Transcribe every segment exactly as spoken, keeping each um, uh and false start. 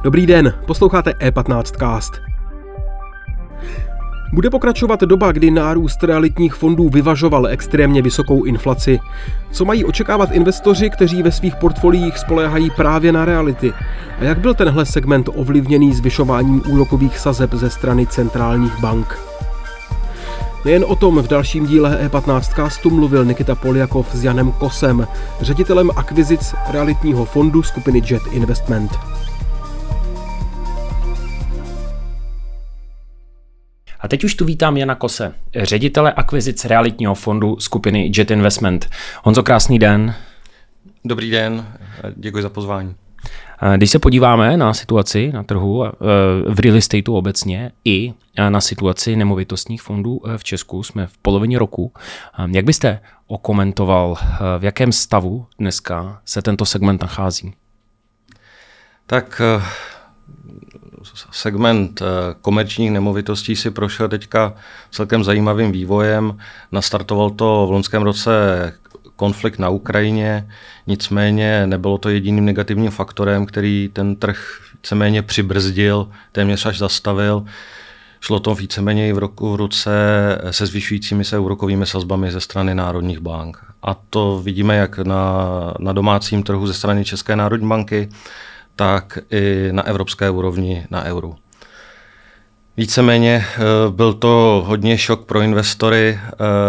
Dobrý den, posloucháte E patnáct Cast. Bude pokračovat doba, kdy nárůst realitních fondů vyvažoval extrémně vysokou inflaci. Co mají očekávat investoři, kteří ve svých portfoliích spoléhají právě na reality? A jak byl tenhle segment ovlivněný zvyšováním úrokových sazeb ze strany centrálních bank? Nejen o tom v dalším díle E patnáct Castu mluvil Nikita Poljakov s Janem Kosem, ředitelem akvizic realitního fondu skupiny Jet Investment. A teď už tu vítám Jana Kose, ředitele akvizic realitního fondu skupiny Jet Investment. Honzo, krásný den. Dobrý den, děkuji za pozvání. Když se podíváme na situaci na trhu v real estateu obecně i na situaci nemovitostních fondů v Česku, jsme v polovině roku. Jak byste okomentoval, v jakém stavu dneska se tento segment nachází? Tak segment komerčních nemovitostí si prošel teďka celkem zajímavým vývojem. Nastartoval to v loňském roce konflikt na Ukrajině, nicméně nebylo to jediným negativním faktorem, který ten trh víceméně přibrzdil, téměř až zastavil. Šlo to víceméně i v roku v ruce se zvyšujícími se úrokovými sazbami ze strany národních bank. A to vidíme jak na, na domácím trhu ze strany České národní banky, tak i na evropské úrovni na euru. Víceméně byl to hodně šok pro investory,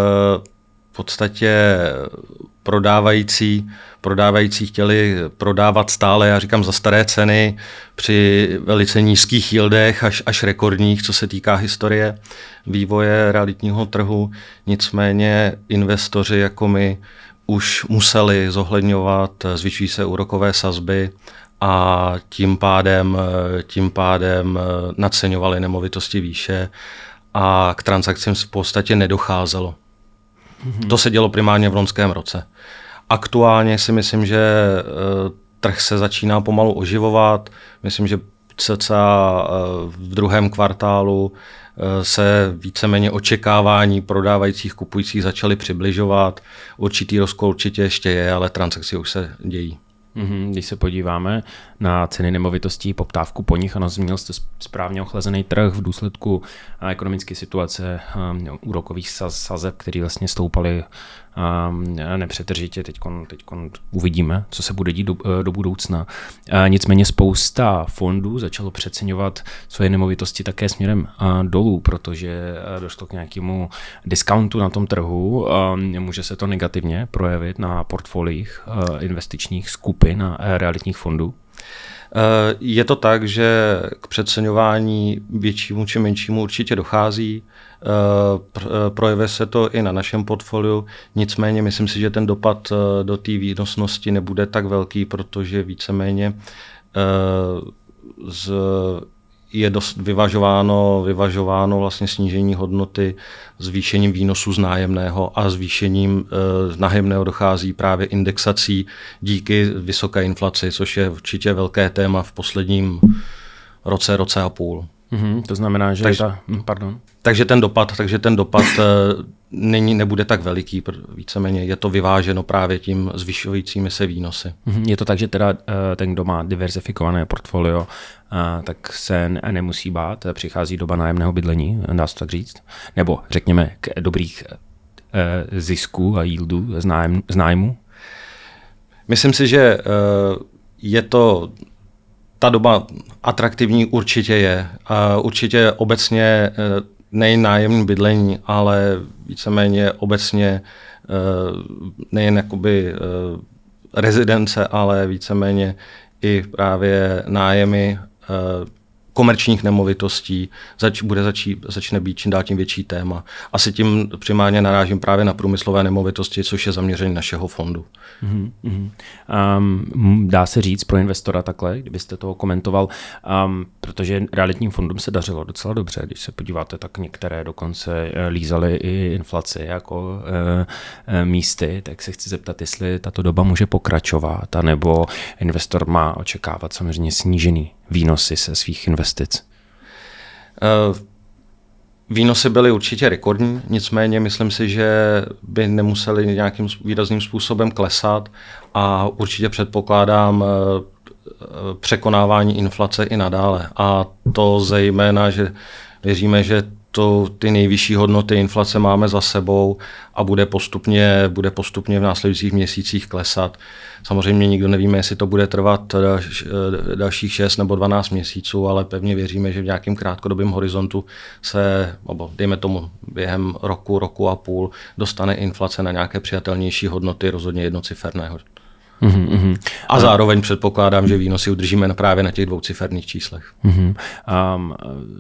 v podstatě prodávající, prodávající chtěli prodávat stále, já říkám za staré ceny, při velice nízkých yieldech až, až rekordních, co se týká historie vývoje realitního trhu. Nicméně investoři jako my už museli zohledňovat zvyšují se úrokové sazby a tím pádem, tím pádem naceňovali nemovitosti výše a k transakcím v podstatě nedocházelo. Mm-hmm. To se dělo primárně v loňském roce. Aktuálně si myslím, že trh se začíná pomalu oživovat. Myslím, že cca v druhém kvartálu se víceméně očekávání prodávajících, kupujících začaly přibližovat. Určitý rozkol určitě ještě je, ale transakce už se dějí. Když se podíváme na ceny nemovitostí, poptávku po nich, ano, zmínil jste správně ochlazený trh v důsledku ekonomické situace, um, úrokových sazeb, které vlastně stoupaly um, nepřetržitě. Teďkon, teďkon uvidíme, co se bude dít do, do budoucna. Uh, nicméně spousta fondů začalo přeceňovat svoje nemovitosti také směrem uh, dolů, protože uh, došlo k nějakému discountu na tom trhu. Um, může se to negativně projevit na portfoliích uh, investičních skupin a uh, realitních fondů. Je to tak, že k přeceňování většímu či menšímu určitě dochází. Projevuje se to i na našem portfoliu, nicméně myslím si, že ten dopad do té výnosnosti nebude tak velký, protože víceméně z je dost vyvažováno, vyvažováno vlastně snížení hodnoty zvýšením výnosu z nájemného a zvýšením e, nájemného dochází právě indexací díky vysoké inflaci, což je určitě velké téma v posledním roce, roce a půl. Mm-hmm, to znamená, že takže, ta, pardon. takže ten dopad, takže ten dopad e, není, nebude tak veliký, víceméně je to vyváženo právě tím zvyšujícími se výnosy. Mm-hmm, je to tak, že teda ten, kdo má diverzifikované portfolio, tak se nemusí bát, přichází doba nájemného bydlení, dá se tak říct, nebo řekněme k dobrých zisků a yieldů z, nájem, z nájmu? Myslím si, že je to ta doba atraktivní určitě je. Určitě obecně nejen nájemní bydlení, ale víceméně obecně nejen jakoby rezidence, ale víceméně i právě nájemy komerčních nemovitostí zač, bude začí, začne být čím dál tím větší téma. Asi tím primárně narážím právě na průmyslové nemovitosti, což je zaměření našeho fondu. Mm-hmm. Um, dá se říct pro investora takhle, kdybyste toho komentoval, um, protože realitním fondům se dařilo docela dobře. Když se podíváte, tak některé dokonce lízaly i inflaci jako uh, uh, místy, tak se chci zeptat, jestli tato doba může pokračovat, anebo investor má očekávat samozřejmě snížený výnosy se svých investic. Uh, Výnosy byly určitě rekordní, nicméně myslím si, že by nemuseli nějakým výrazným způsobem klesat a určitě předpokládám překonávání inflace i nadále. A to zejména, že věříme, že to, ty nejvyšší hodnoty inflace máme za sebou a bude postupně, bude postupně v následujících měsících klesat. Samozřejmě nikdo nevíme, jestli to bude trvat dalších šest nebo dvanáct měsíců, ale pevně věříme, že v nějakém krátkodobém horizontu se, nebo dejme tomu během roku, roku a půl, dostane inflace na nějaké přijatelnější hodnoty, rozhodně jednociferného. Mm-hmm. A zároveň předpokládám, že výnosy udržíme právě na těch dvouciferných číslech. Mm-hmm. Um,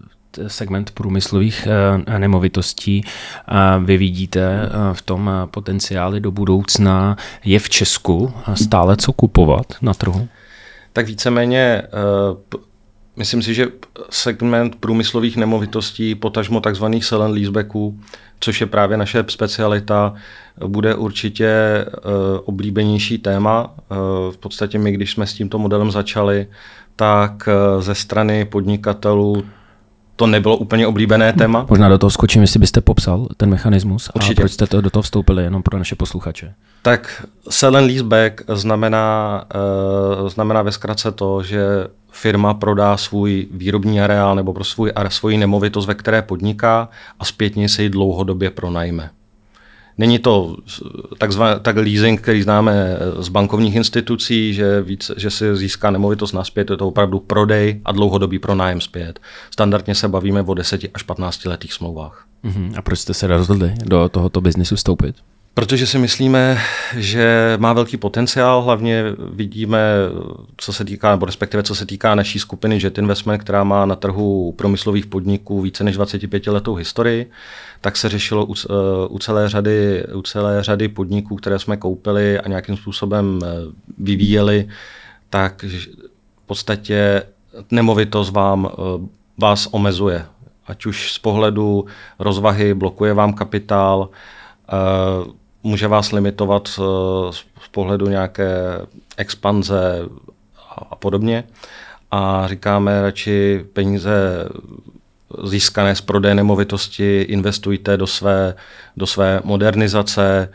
segment průmyslových uh, nemovitostí uh, vy vidíte uh, v tom uh, potenciály do budoucna. Je v Česku stále co kupovat na trhu? Tak víceméně uh, myslím si, že segment průmyslových nemovitostí, potažmo takzvaných sell and leasebacků, což je právě naše specialita, bude určitě uh, oblíbenější téma. Uh, v podstatě my, když jsme s tímto modelem začali, tak uh, ze strany podnikatelů to nebylo úplně oblíbené téma. Možná do toho skočím, jestli byste popsal ten mechanismus. Určitě. A proč jste to do toho vstoupili, jenom pro naše posluchače. Tak sell and leaseback znamená, uh, znamená ve zkratce to, že firma prodá svůj výrobní areál nebo pro svůj, svoji nemovitost, ve které podniká, a zpětně se ji dlouhodobě pronajme. Není to takzvaný tak leasing, který známe z bankovních institucí, že, víc, že si získá nemovitost naspět, je to opravdu prodej a dlouhodobý pronájem zpět. Standardně se bavíme o deseti až patnácti letých smlouvách. Uh-huh. A proč jste se rozhodli do tohoto biznisu vstoupit? Protože si myslíme, že má velký potenciál, hlavně vidíme, co se týká, nebo respektive co se týká naší skupiny Jet Investment, která má na trhu průmyslových podniků více než dvacetipětiletou historii, tak se řešilo u, u, celé řady, u celé řady podniků, které jsme koupili a nějakým způsobem vyvíjeli, tak v podstatě nemovitost vám, vás omezuje. Ať už z pohledu rozvahy blokuje vám kapitál, může vás limitovat z pohledu nějaké expanze a podobně. A říkáme radši peníze získané z prodeje nemovitosti investujte do své, do své modernizace,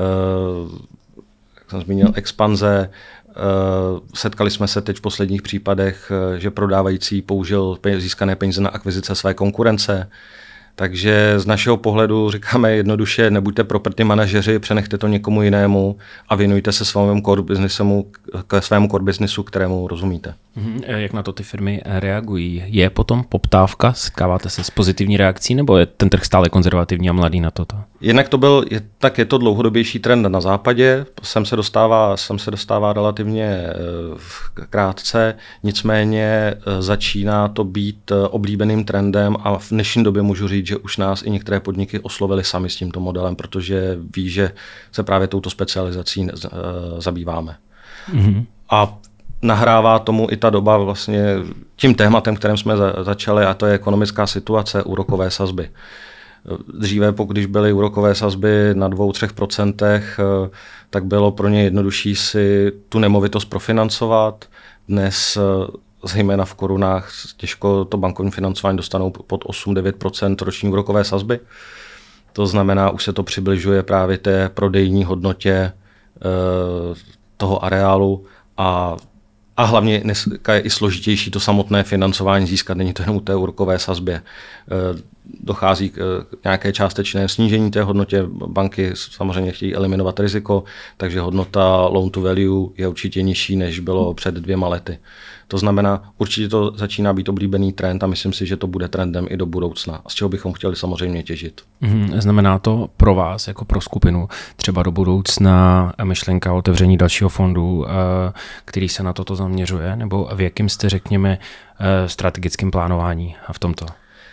jak jsem zmínil, expanze. Setkali jsme se teď v posledních případech, že prodávající použil získané peníze na akvizice své konkurence. Takže z našeho pohledu říkáme jednoduše, nebuďte property manažeři, přenechte to někomu jinému a věnujte se svému core businessu, k svému core businessu, kterému rozumíte. Jak na to ty firmy reagují? Je potom poptávka? Setkáváte se s pozitivní reakcí, nebo je ten trh stále konzervativní a mladý na toto? Jednak to byl, je, tak je to dlouhodobější trend na západě, sem se dostává, sem se dostává relativně krátce, nicméně začíná to být oblíbeným trendem a v dnešní době můžu říct, že už nás i některé podniky oslovily sami s tímto modelem, protože ví, že se právě touto specializací zabýváme. Mm-hmm. A nahrává tomu i ta doba vlastně tím tématem, kterým jsme za, začali, a to je ekonomická situace, úrokové sazby. Dříve, pokud když byly úrokové sazby na dvou, třech procentech, tak bylo pro ně jednodušší si tu nemovitost profinancovat. Dnes zejména v korunách těžko to bankovní financování dostanou pod osm devět procent roční úrokové sazby. To znamená, už se to přibližuje právě té prodejní hodnotě e, toho areálu a, a hlavně dneska je i složitější to samotné financování získat. Není to jenom u té úrokové sazbě. E, dochází k nějaké částečné snížení té hodnotě. Banky samozřejmě chtějí eliminovat riziko, takže hodnota loan to value je určitě nižší, než bylo před dvěma lety. To znamená, určitě to začíná být oblíbený trend a myslím si, že to bude trendem i do budoucna, z čeho bychom chtěli samozřejmě těžit. Mm, znamená to pro vás, jako pro skupinu, třeba do budoucna myšlenka o otevření dalšího fondu, který se na toto zaměřuje, nebo v jakém jste, řekněme, strategickém plánování v tomto?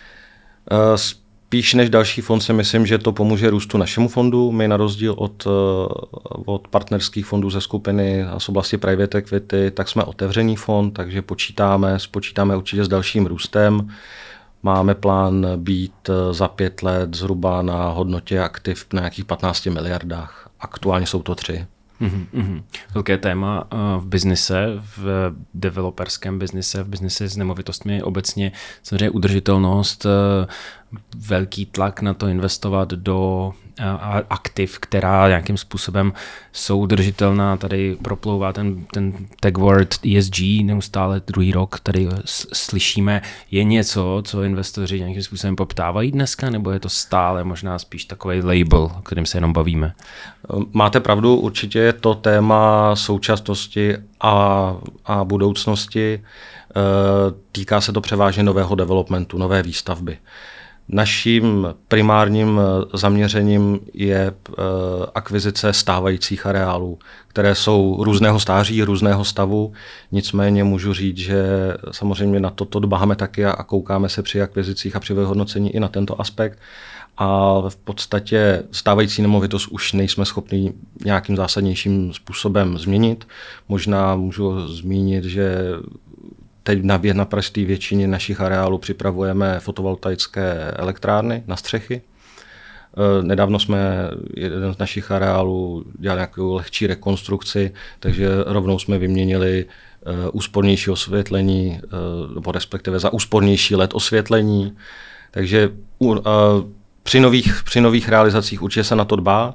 Spíš než další fond si myslím, že to pomůže růstu našemu fondu. My na rozdíl od, od partnerských fondů ze skupiny a z oblasti private equity, tak jsme otevřený fond, takže počítáme, počítáme určitě s dalším růstem. Máme plán být za pět let zhruba na hodnotě aktiv na nějakých patnácti miliardách. Aktuálně jsou to tři. Uhum, uhum. Velké téma v biznise, v developerském biznise, v biznise s nemovitostmi obecně samozřejmě udržitelnost, velký tlak na to investovat do aktiv, která nějakým způsobem jsou udržitelná. Tady proplouvá ten, ten tag word E S G neustále druhý rok, tady slyšíme. Je něco, co investoři nějakým způsobem poptávají dneska, nebo je to stále možná spíš takový label, o kterým se jenom bavíme? Máte pravdu, určitě je to téma současnosti a, a budoucnosti. Týká se to převážně nového developmentu, nové výstavby. Naším primárním zaměřením je akvizice stávajících areálů, které jsou různého stáří, různého stavu. Nicméně můžu říct, že samozřejmě na toto dbáme taky a koukáme se při akvizicích a při vyhodnocení i na tento aspekt. A v podstatě stávající nemovitost už nejsme schopni nějakým zásadnějším způsobem změnit. Možná můžu zmínit, že teď na, na pražské většině našich areálů připravujeme fotovoltaické elektrárny na střechy. Nedávno jsme jeden z našich areálů dělali nějakou lehčí rekonstrukci, takže rovnou jsme vyměnili úspornější osvětlení, nebo respektive za úspornější L E D osvětlení. Takže při nových, při nových realizacích určitě se na to dbá.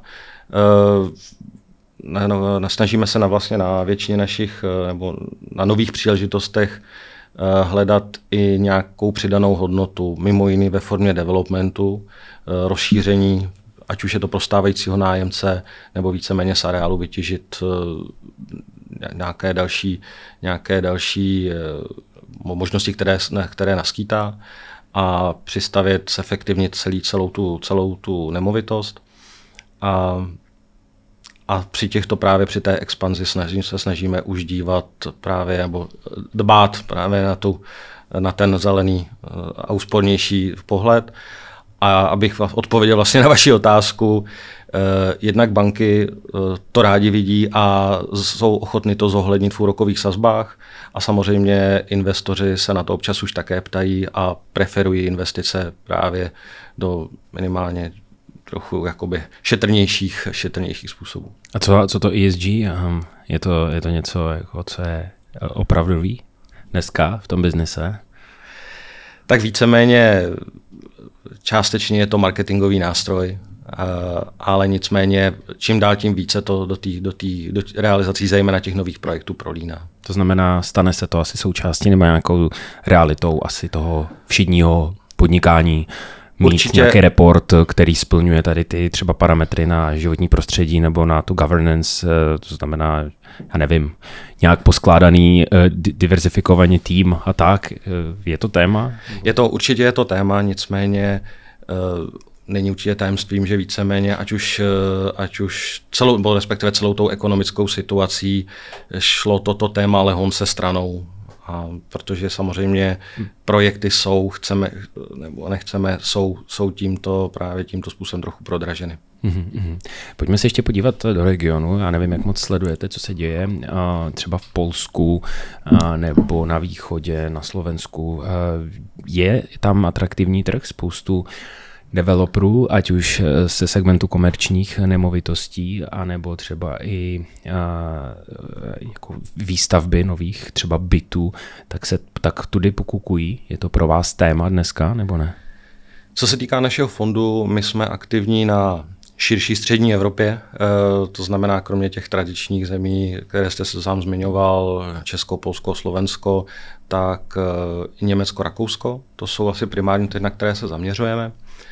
Snažíme se na vlastně na většině našich nebo na nových příležitostech hledat i nějakou přidanou hodnotu, mimo jiný ve formě developmentu, rozšíření, ať už je to pro stávajícího nájemce, nebo víceméně z areálu vytěžit nějaké další, nějaké další možnosti, které, které naskýtá, a přistavět zefektivnit celý, celou, tu, celou tu nemovitost. A A při těchto právě při té expanzi snažím, se snažíme už dívat právě nebo dbát právě na, tu, na ten zelený a úspornější pohled. A abych odpověděl vlastně na vaši otázku, jednak banky to rádi vidí a jsou ochotni to zohlednit v úrokových sazbách a samozřejmě investoři se na to občas už také ptají a preferují investice právě do minimálně trochu jakoby šetrnějších, šetrnějších způsobů. A co, co to E S G? Je to, je to něco, jako, co je opravdový dneska v tom biznise? Tak víceméně částečně je to marketingový nástroj, ale nicméně čím dál tím více to do té do do realizací zejména těch nových projektů prolíná. To znamená, stane se to asi součástí nebo nějakou realitou asi toho všedního podnikání, mít určitě nějaký report, který splňuje tady ty třeba parametry na životní prostředí nebo na tu governance, to znamená, já nevím, nějak poskládaný, diverzifikovaný tým a tak. Je to téma? Je to, určitě je to téma, nicméně není určitě tajemstvím, že víceméně, ať už, ať už celou, nebo respektive celou tou ekonomickou situací šlo toto téma lehonce stranou. A protože samozřejmě projekty jsou, chceme nebo nechceme, jsou, jsou tímto právě tímto způsobem trochu prodraženy. Mm-hmm. Pojďme se ještě podívat do regionu. Já nevím, jak moc sledujete, co se děje třeba v Polsku nebo na východě, na Slovensku. Je tam atraktivní trh, spoustu developerů, ať už se segmentu komerčních nemovitostí, anebo třeba i a, jako výstavby nových třeba bytů, tak se tak tudy pokukují. Je to pro vás téma dneska, nebo ne? Co se týká našeho fondu, my jsme aktivní na širší střední Evropě, to znamená kromě těch tradičních zemí, které jste se sám zmiňoval, Česko, Polsko, Slovensko, tak i Německo, Rakousko. To jsou asi primární ty, na které se zaměřujeme.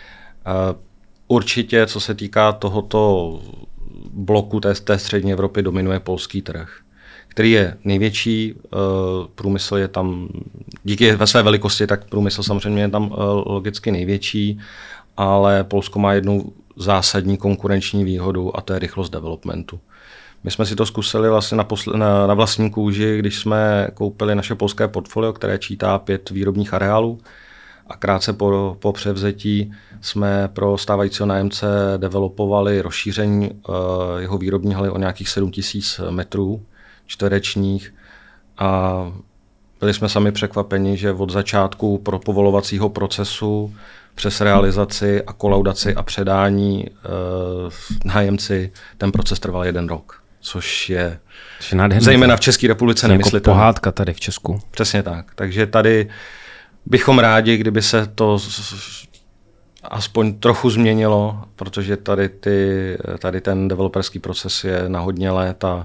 Určitě, co se týká tohoto bloku té, té střední Evropy, dominuje polský trh, který je největší, průmysl je tam, díky ve své velikosti, tak průmysl samozřejmě je tam logicky největší, ale Polsko má jednu zásadní konkurenční výhodu a to je rychlost developmentu. My jsme si to zkusili vlastně na, posl- na, na vlastní kůži, když jsme koupili naše polské portfolio, které čítá pět výrobních areálů. A krátce po, po převzetí jsme pro stávajícího nájemce developovali rozšíření uh, jeho výrobní haly o nějakých sedm tisíc metrů čtverečních. A byli jsme sami překvapeni, že od začátku pro povolovacího procesu přes realizaci a kolaudaci a předání uh, nájemci ten proces trval jeden rok, což je zejména v České republice nemyslitelné. Jako pohádka tady v Česku. Přesně tak. Takže tady bychom rádi, kdyby se to aspoň trochu změnilo, protože tady, ty, tady ten developerský proces je na hodně let a,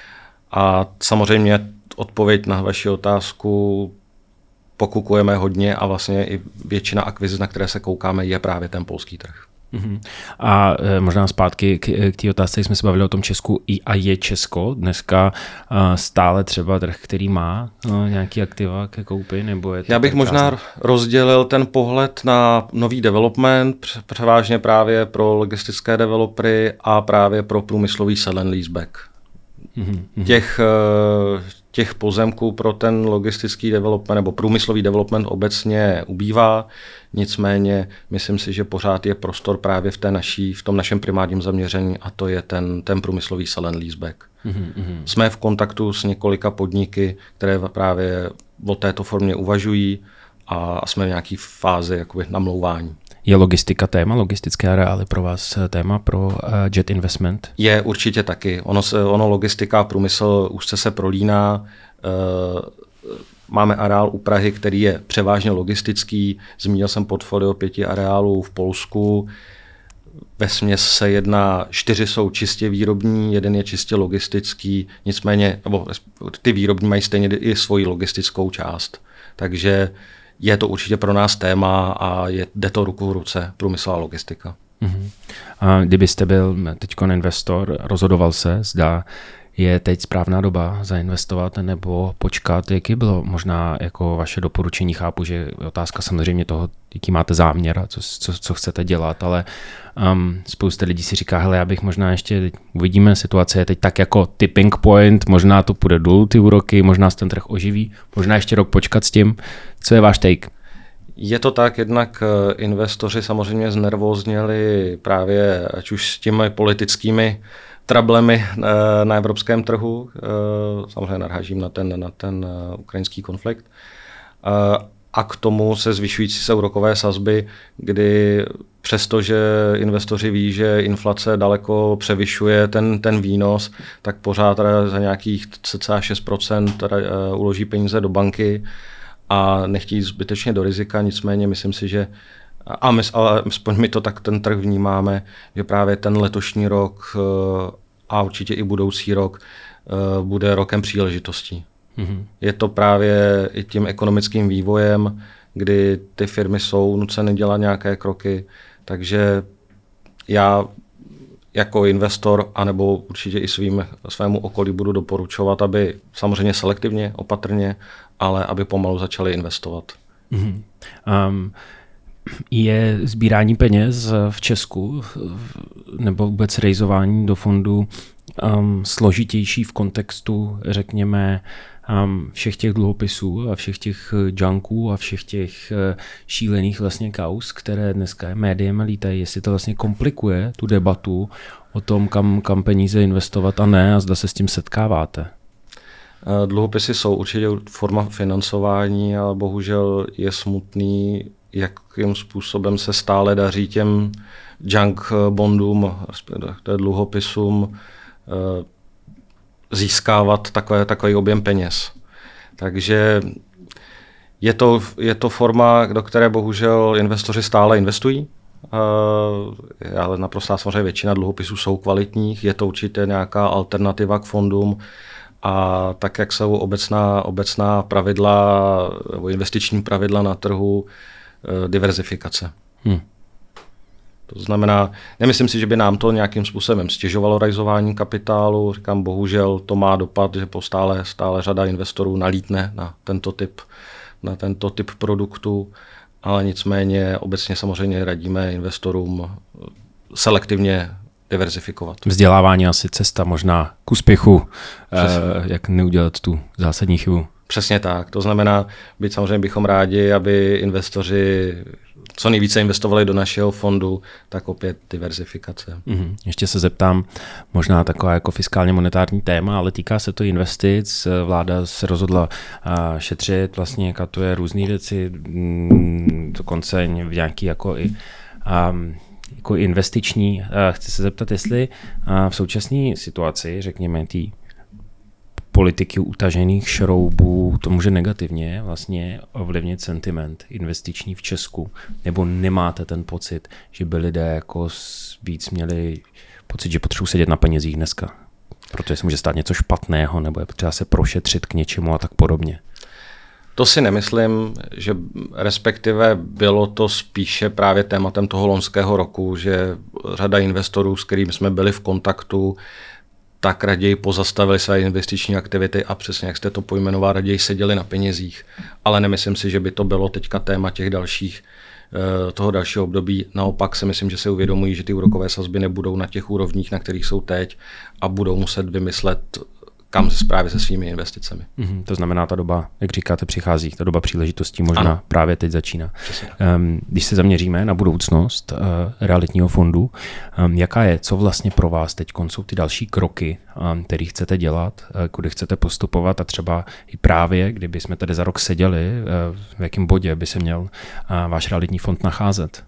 a samozřejmě odpověď na vaši otázku, pokukujeme hodně a vlastně i většina akvizic, na které se koukáme, je právě ten polský trh. Uhum. A e, možná zpátky k, k té otázce, jsme se bavili o tom Česku i, a je Česko dneska a stále třeba trh, který má no, nějaký aktiva ke koupi? Nebo je to Já bych možná krásný? rozdělil ten pohled na nový development, převážně právě pro logistické developery a právě pro průmyslový sell and leaseback. Uhum. Těch, těch pozemků pro ten logistický development nebo průmyslový development obecně ubývá, nicméně myslím si, že pořád je prostor právě v, té naší, v tom našem primárním zaměření a to je ten, ten průmyslový sell and leaseback. Uhum. Jsme v kontaktu s několika podniky, které právě o této formě uvažují a jsme v nějaké fázi jakoby namlouvání. Je logistika téma, logistické areály pro vás téma pro uh, Jet Investment? Je určitě taky. Ono, se, ono logistika a průmysl úzce se prolíná. Uh, máme areál u Prahy, který je převážně logistický. Zmínil jsem portfolio pěti areálů v Polsku. Vesměs se jedná, čtyři jsou čistě výrobní, jeden je čistě logistický, nicméně nebo ty výrobní mají stejně i svoji logistickou část. Takže je to určitě pro nás téma a je, jde to ruku v ruce, průmysl a logistika. Uh-huh. A kdybyste byl teďkon investor, rozhodoval se, zda je teď správná doba zainvestovat nebo počkat, jaký bylo možná jako vaše doporučení? Chápu, že je otázka samozřejmě toho, jaký máte záměr a co, co, co chcete dělat, ale um, spousta lidí si říká, hele, já bych možná ještě, uvidíme, situace je teď tak jako tipping point, možná to půjde dolů ty úroky, možná se ten trh oživí, možná ještě rok počkat s tím. Co je váš take? Je to tak, jednak investoři samozřejmě znervózněli právě ať už s těmi politickými trablemi na evropském trhu, samozřejmě narážím na ten, na ten ukrajinský konflikt, a k tomu se zvyšující se úrokové sazby, kdy přestože investoři ví, že inflace daleko převyšuje ten, ten výnos, tak pořád za nějakých cca šest procent uloží peníze do banky a nechtějí zbytečně do rizika, nicméně myslím si, že a my, ale aspoň my to tak ten trh vnímáme, že právě ten letošní rok a určitě i budoucí rok bude rokem příležitostí. Mm-hmm. Je to právě i tím ekonomickým vývojem, kdy ty firmy jsou nuceny dělat nějaké kroky, takže já jako investor, anebo určitě i svým, svému okolí budu doporučovat, aby samozřejmě selektivně, opatrně, ale aby pomalu začali investovat. Mm-hmm. Um, je sbírání peněz v Česku nebo vůbec rejzování do fondu um, složitější v kontextu, řekněme, um, všech těch dluhopisů a všech těch junků a všech těch uh, šílených vlastně kauz, které dneska médiem lítají, jestli to vlastně komplikuje tu debatu o tom, kam, kam peníze investovat a ne, a zda se s tím setkáváte? Dluhopisy jsou určitě forma financování, ale bohužel je smutný, jakým způsobem se stále daří těm junk bondům, dluhopisům získávat takové, takový objem peněz. Takže je to, je to forma, do které bohužel investoři stále investují, ale naprosto samozřejmě většina dluhopisů jsou kvalitních, je to určitě nějaká alternativa k fondům. A tak, jak jsou obecná, obecná pravidla nebo investiční pravidla na trhu, diverzifikace. Hmm. To znamená, nemyslím si, že by nám to nějakým způsobem stěžovalo realizování kapitálu. Říkám, bohužel to má dopad, že stále, stále řada investorů nalítne na tento typ, na tento typ produktu, ale nicméně obecně samozřejmě radíme investorům selektivně diverzifikovat. Vzdělávání asi cesta možná k úspěchu, eh, jak neudělat tu zásadní chybu. Přesně tak. To znamená, byť samozřejmě bychom rádi, aby investoři co nejvíce investovali do našeho fondu, tak opět diverzifikace. Mm-hmm. Ještě se zeptám, možná taková jako fiskálně monetární téma, ale týká se to investic. Vláda se rozhodla uh, šetřit, vlastně katuje různé věci, mm, dokonce v nějaký jako i um, jako investiční. Chci se zeptat, jestli v současné situaci, řekněme, tý politiky utažených šroubů to může negativně vlastně ovlivnit sentiment investiční v Česku? Nebo nemáte ten pocit, že by lidé jako víc měli pocit, že potřebují sedět na penězích dneska? Protože se může stát něco špatného, nebo je potřeba se prošetřit k něčemu a tak podobně. To si nemyslím, že respektive bylo to spíše právě tématem toho loňského roku, že řada investorů, s kterými jsme byli v kontaktu, tak raději pozastavili své investiční aktivity a přesně, jak jste to pojmenoval, raději seděli na penězích. Ale nemyslím si, že by to bylo teďka téma těch dalších, toho dalšího období. Naopak si myslím, že se uvědomují, že ty úrokové sazby nebudou na těch úrovních, na kterých jsou teď a budou muset vymyslet, kam se právě se svými investicemi. Mm-hmm, to znamená, ta doba, jak říkáte, přichází, ta doba příležitostí možná ano. právě teď začíná. Um, když se zaměříme na budoucnost uh, realitního fondu, um, jaká je, co vlastně pro vás teď jsou ty další kroky, um, které chcete dělat, uh, kudy chcete postupovat a třeba i právě, kdyby jsme tady za rok seděli, uh, v jakém bodě by se měl uh, váš realitní fond nacházet?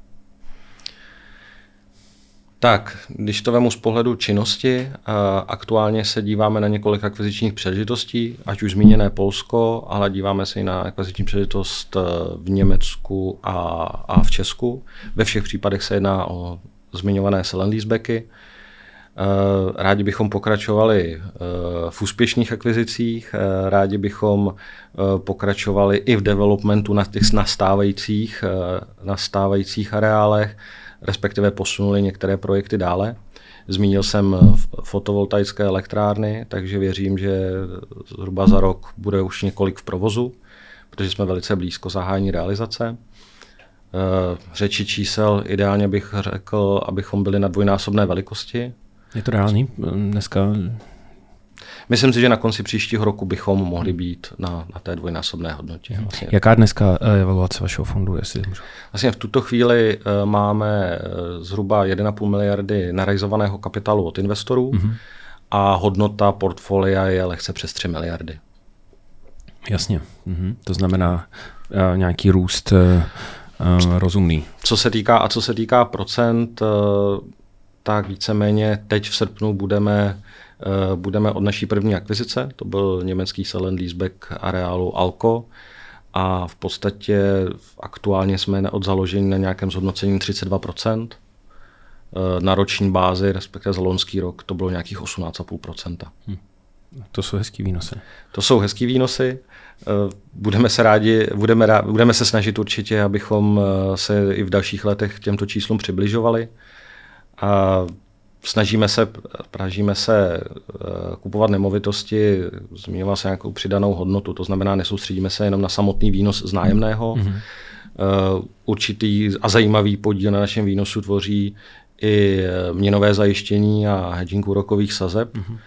Tak, když to vemu z pohledu činnosti, aktuálně se díváme na několik akvizičních příležitostí, ať už zmíněné Polsko, ale díváme se i na akviziční příležitost v Německu a, a v Česku. Ve všech případech se jedná o zmiňované sell and leasebacky. Rádi bychom pokračovali v úspěšných akvizicích, rádi bychom pokračovali i v developmentu na těch nastávajících, nastávajících areálech, respektive posunuli některé projekty dále. Zmínil jsem fotovoltaické elektrárny, takže věřím, že zhruba za rok bude už několik v provozu, protože jsme velice blízko zahájení realizace. Řeči čísel ideálně bych řekl, abychom byli na dvojnásobné velikosti. Je to reálný dneska? Myslím si, že na konci příštího roku bychom mohli být na, na té dvojnásobné hodnotě. Vlastně. Jaká je dneska evaluace vašeho fondu? Jestli můžu? Vlastně v tuto chvíli uh, máme zhruba jedna celá pět miliardy narealizovaného kapitálu od investorů mm-hmm. a hodnota portfolia je lehce přes tři miliardy. Jasně. Mm-hmm. To znamená uh, nějaký růst uh, rozumný. Co se týká, a co se týká procent, uh, tak víceméně teď v srpnu budeme Budeme od naší první akvizice, to byl německý sell and leaseback areálu Alko a v podstatě aktuálně jsme od založení na nějakém zhodnocení třicet dva procent. Na roční bázi, respektive za loňský rok, to bylo nějakých osmnáct celá pět procenta. Hm. To jsou hezký výnosy. To jsou hezký výnosy. Budeme se rádi, budeme, rádi, budeme se snažit určitě, abychom se i v dalších letech těmto číslům přibližovali. A Snažíme se, pražíme se kupovat nemovitosti, zmiňoval se nějakou přidanou hodnotu, to znamená, nesoustředíme se jenom na samotný výnos z nájemného. Mm-hmm. Určitý a zajímavý podíl na našem výnosu tvoří i měnové zajištění a hedging úrokových sazeb. Mm-hmm.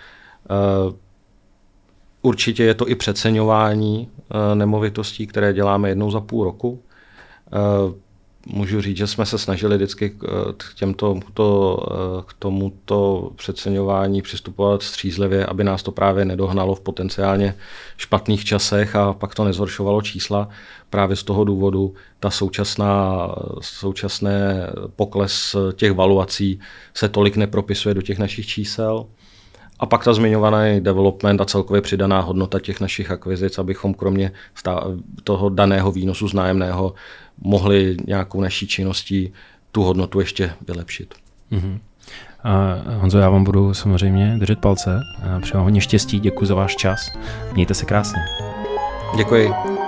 Určitě je to i přeceňování nemovitostí, které děláme jednou za půl roku. Můžu říct, že jsme se snažili vždycky k, těmto, to, k tomuto přeceňování přistupovat střízlivě, aby nás to právě nedohnalo v potenciálně špatných časech a pak to nezhoršovalo čísla. Právě z toho důvodu ta současná, současné pokles těch valuací se tolik nepropisuje do těch našich čísel. A pak ta zmiňovaný development a celkově přidaná hodnota těch našich akvizic, abychom kromě toho daného výnosu z nájemného mohli nějakou naší činností tu hodnotu ještě vylepšit. Mm-hmm. A Honzo, já vám budu samozřejmě držet palce. Přeji vám hodně štěstí, děkuji za váš čas. Mějte se krásně. Děkuji.